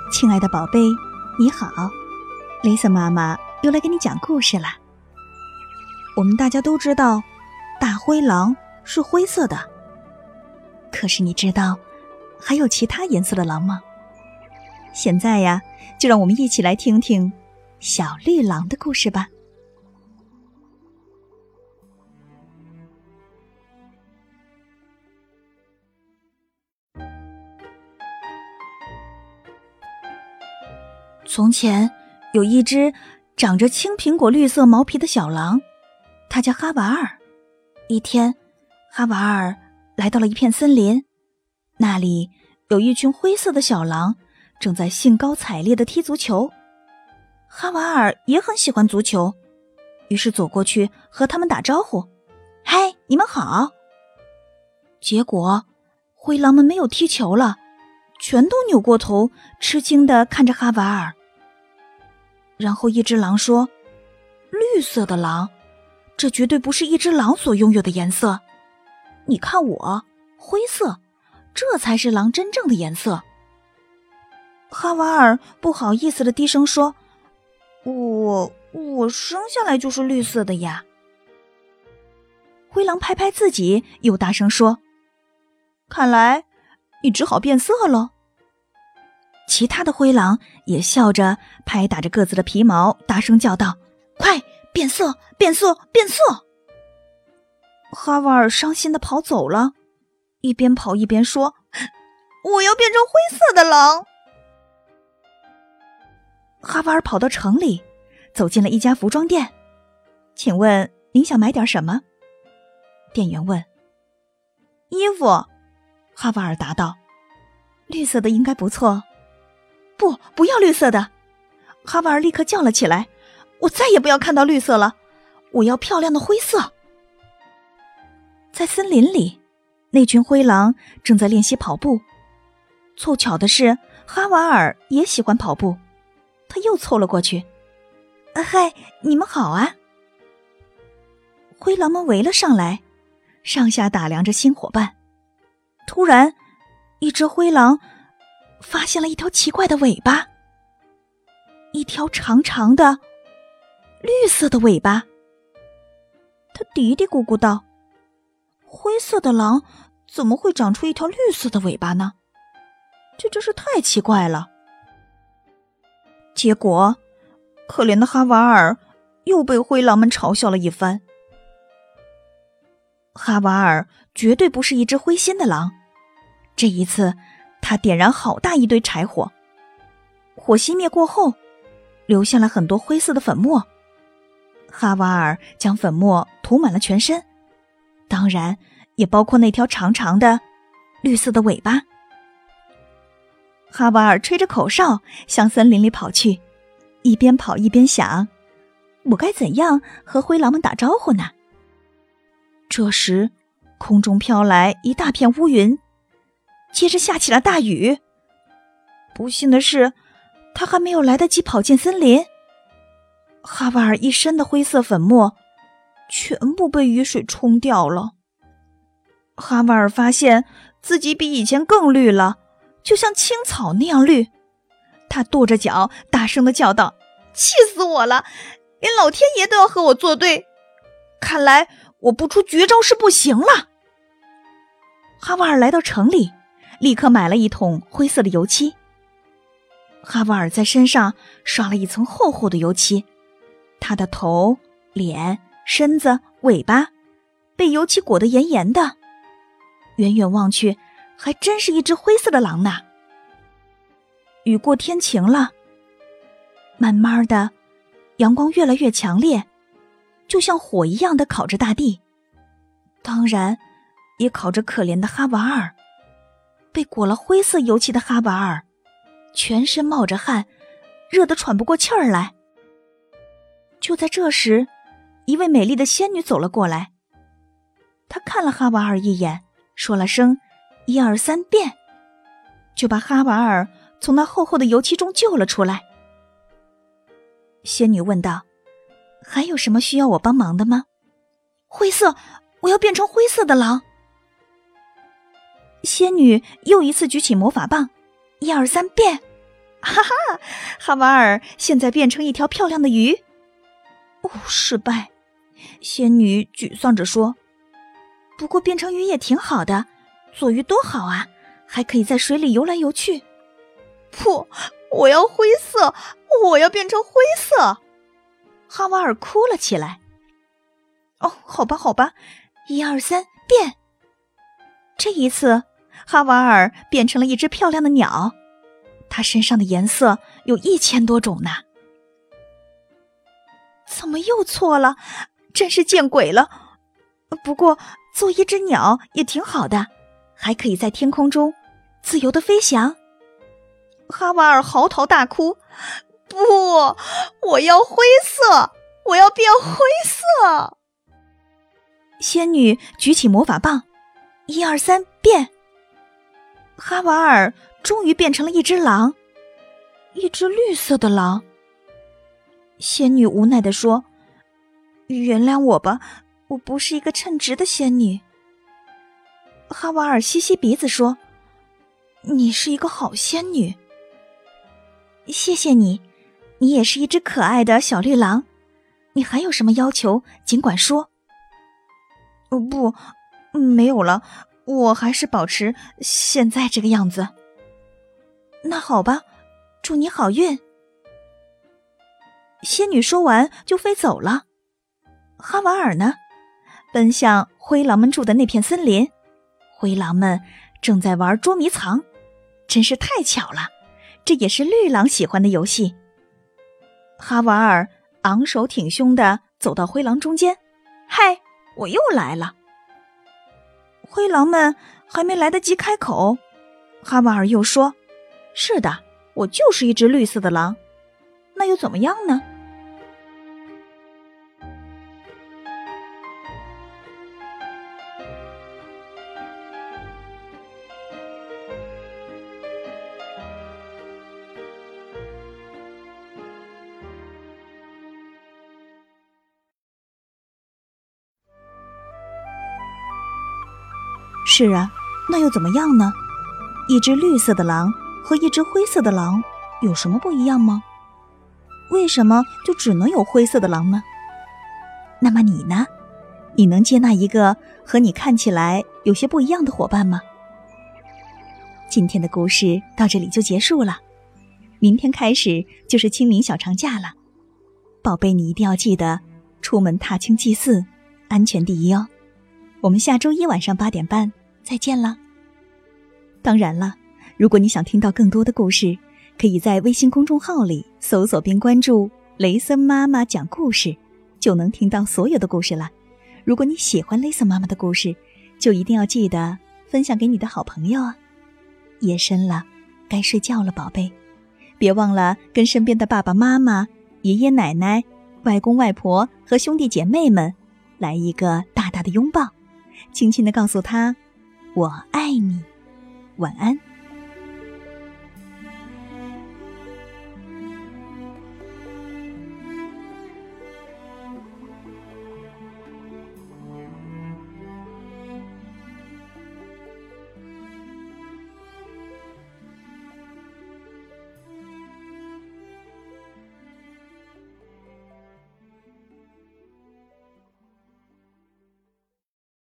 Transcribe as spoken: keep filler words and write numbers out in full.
亲爱的宝贝，你好， Lisa 妈妈又来给你讲故事了。我们大家都知道，大灰狼是灰色的，可是你知道还有其他颜色的狼吗？现在呀，就让我们一起来听听小绿狼的故事吧。从前有一只长着青苹果绿色毛皮的小狼，它叫哈瓦尔。一天，哈瓦尔来到了一片森林，那里有一群灰色的小狼正在兴高采烈地踢足球。哈瓦尔也很喜欢足球，于是走过去和他们打招呼：“嗨，你们好！”结果灰狼们没有踢球了，全都扭过头吃惊地看着哈瓦尔。然后一只狼说：“绿色的狼，这绝对不是一只狼所拥有的颜色。你看我，灰色，这才是狼真正的颜色。”哈瓦尔不好意思地低声说：“我我生下来就是绿色的呀。”灰狼拍拍自己，又大声说：“看来你只好变色了。”其他的灰狼也笑着拍打着各自的皮毛，大声叫道：“快变色，变色，变色！”哈瓦尔伤心地跑走了，一边跑一边说：“我要变成灰色的狼。”哈瓦尔跑到城里，走进了一家服装店。“请问您想买点什么？”店员问。“衣服。”哈瓦尔答道。“绿色的应该不错。”“不，不要绿色的！”哈瓦尔立刻叫了起来，“我再也不要看到绿色了，我要漂亮的灰色！”在森林里，那群灰狼正在练习跑步。凑巧的是，哈瓦尔也喜欢跑步，他又凑了过去。“啊嗨，你们好啊！”灰狼们围了上来，上下打量着新伙伴。突然，一只灰狼发现了一条奇怪的尾巴，一条长长的绿色的尾巴。他嘀嘀咕咕道：“灰色的狼怎么会长出一条绿色的尾巴呢？这真是太奇怪了。”结果，可怜的哈瓦尔又被灰狼们嘲笑了一番。哈瓦尔绝对不是一只灰心的狼，这一次他点燃好大一堆柴火，火熄灭过后，留下了很多灰色的粉末。哈瓦尔将粉末涂满了全身，当然也包括那条长长的绿色的尾巴。哈瓦尔吹着口哨向森林里跑去，一边跑一边想：我该怎样和灰狼们打招呼呢？这时，空中飘来一大片乌云，接着下起了大雨。不幸的是，他还没有来得及跑进森林，哈瓦尔一身的灰色粉末全部被雨水冲掉了。哈瓦尔发现自己比以前更绿了，就像青草那样绿。他跺着脚，大声地叫道：“气死我了！连老天爷都要和我作对，看来我不出绝招是不行了。”哈瓦尔来到城里，立刻买了一桶灰色的油漆。哈瓦尔在身上刷了一层厚厚的油漆，他的头、脸、身子、尾巴被油漆裹得严严的，远远望去，还真是一只灰色的狼呢。雨过天晴了，慢慢的，阳光越来越强烈，就像火一样的烤着大地，当然也烤着可怜的哈瓦尔。被裹了灰色油漆的哈瓦尔全身冒着汗，热得喘不过气儿来。就在这时，一位美丽的仙女走了过来，她看了哈瓦尔一眼，说了声一二三变，就把哈瓦尔从那厚厚的油漆中救了出来。仙女问道：“还有什么需要我帮忙的吗？”“灰色，我要变成灰色的狼。”仙女又一次举起魔法棒，一二三变， 哈哈，哈瓦尔现在变成一条漂亮的鱼。哦，失败。仙女沮丧着说，不过变成鱼也挺好的，做鱼多好啊，还可以在水里游来游去。不，我要灰色，我要变成灰色。哈瓦尔哭了起来。哦，好吧好吧，一二三，变。这一次哈瓦尔变成了一只漂亮的鸟，它身上的颜色有一千多种呢。怎么又错了？真是见鬼了。不过做一只鸟也挺好的，还可以在天空中自由地飞翔。哈瓦尔嚎啕大哭，不，我要灰色，我要变灰色。仙女举起魔法棒，一二三，变。哈瓦尔终于变成了一只狼，一只绿色的狼。仙女无奈地说，原谅我吧，我不是一个称职的仙女。哈瓦尔吸吸鼻子说，你是一个好仙女。谢谢你，你也是一只可爱的小绿狼。你还有什么要求尽管说。哦不，没有了，我还是保持现在这个样子。那好吧，祝你好运。仙女说完就飞走了。哈瓦尔呢，奔向灰狼们住的那片森林。灰狼们正在玩捉迷藏，真是太巧了，这也是绿狼喜欢的游戏。哈瓦尔昂首挺胸地走到灰狼中间，嗨，我又来了。灰狼们还没来得及开口，哈瓦尔又说，是的，我就是一只绿色的狼，那又怎么样呢？是啊，那又怎么样呢？一只绿色的狼和一只灰色的狼有什么不一样吗？为什么就只能有灰色的狼呢？那么你呢？你能接纳一个和你看起来有些不一样的伙伴吗？今天的故事到这里就结束了，明天开始就是清明小长假了。宝贝，你一定要记得出门踏青祭祀，安全第一哦。我们下周一晚上八点半再见了。当然了，如果你想听到更多的故事，可以在微信公众号里搜索并关注雷森妈妈讲故事，就能听到所有的故事了。如果你喜欢雷森妈妈的故事，就一定要记得分享给你的好朋友啊。夜深了，该睡觉了，宝贝，别忘了跟身边的爸爸妈妈、爷爷奶奶、外公外婆和兄弟姐妹们来一个大大的拥抱，轻轻地告诉他，我爱你，晚安。